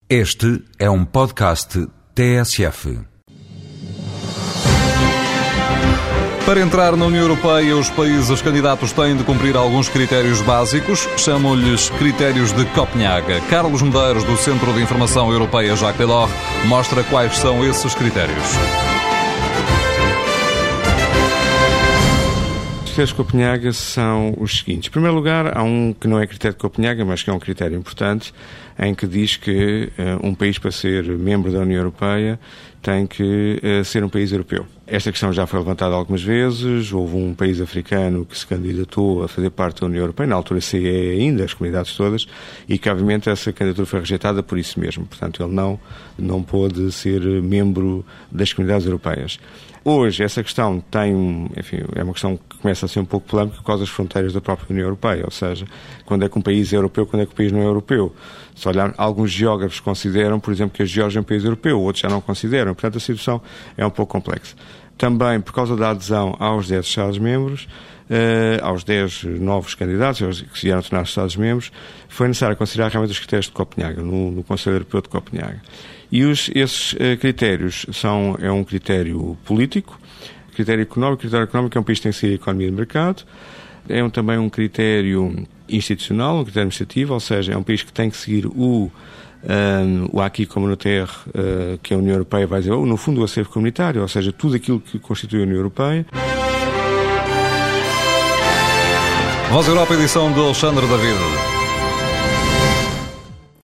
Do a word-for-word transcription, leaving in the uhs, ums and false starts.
Este é um podcast T S F. Para entrar na União Europeia, os países candidatos têm de cumprir alguns critérios básicos, chamam-lhes critérios de Copenhaga. Carlos Medeiros, do Centro de Informação Europeia Jacques Delors, mostra quais são esses critérios. Os critérios de Copenhaga são os seguintes. Em primeiro lugar, há um que não é critério de Copenhaga, mas que é um critério importante, em que diz que uh, um país, para ser membro da União Europeia, tem que uh, ser um país europeu. Esta questão já foi levantada algumas vezes. Houve um país africano que se candidatou a fazer parte da União Europeia, na altura C E ainda, as comunidades todas, e que, obviamente, essa candidatura foi rejeitada por isso mesmo. Portanto, ele não, não pôde ser membro das comunidades europeias. Hoje, essa questão tem, enfim, é uma questão que começa a ser um pouco polémica por causa das fronteiras da própria União Europeia, ou seja, quando é que um país é europeu, quando é que o país não é europeu. Se olhar, alguns geógrafos consideram, por exemplo, que a Geórgia é um país europeu, outros já não consideram, portanto a situação é um pouco complexa. Também, por causa da adesão aos dez Estados-membros, eh, aos dez novos candidatos, aos que se vieram a tornar Estados-membros, foi necessário considerar realmente os critérios de Copenhaga, no, no Conselho Europeu de Copenhaga. E os, esses eh, critérios são, é um critério político, critério económico. O critério económico é um país que tem que seguir a economia de mercado, é um, também um critério institucional, um critério administrativo, ou seja, é um país que tem que seguir o, um, o acquis communautaire, uh, que a União Europeia vai dizer, ou no fundo o acervo comunitário, ou seja, tudo aquilo que constitui a União Europeia. Voz Europa, edição de Alexandre David.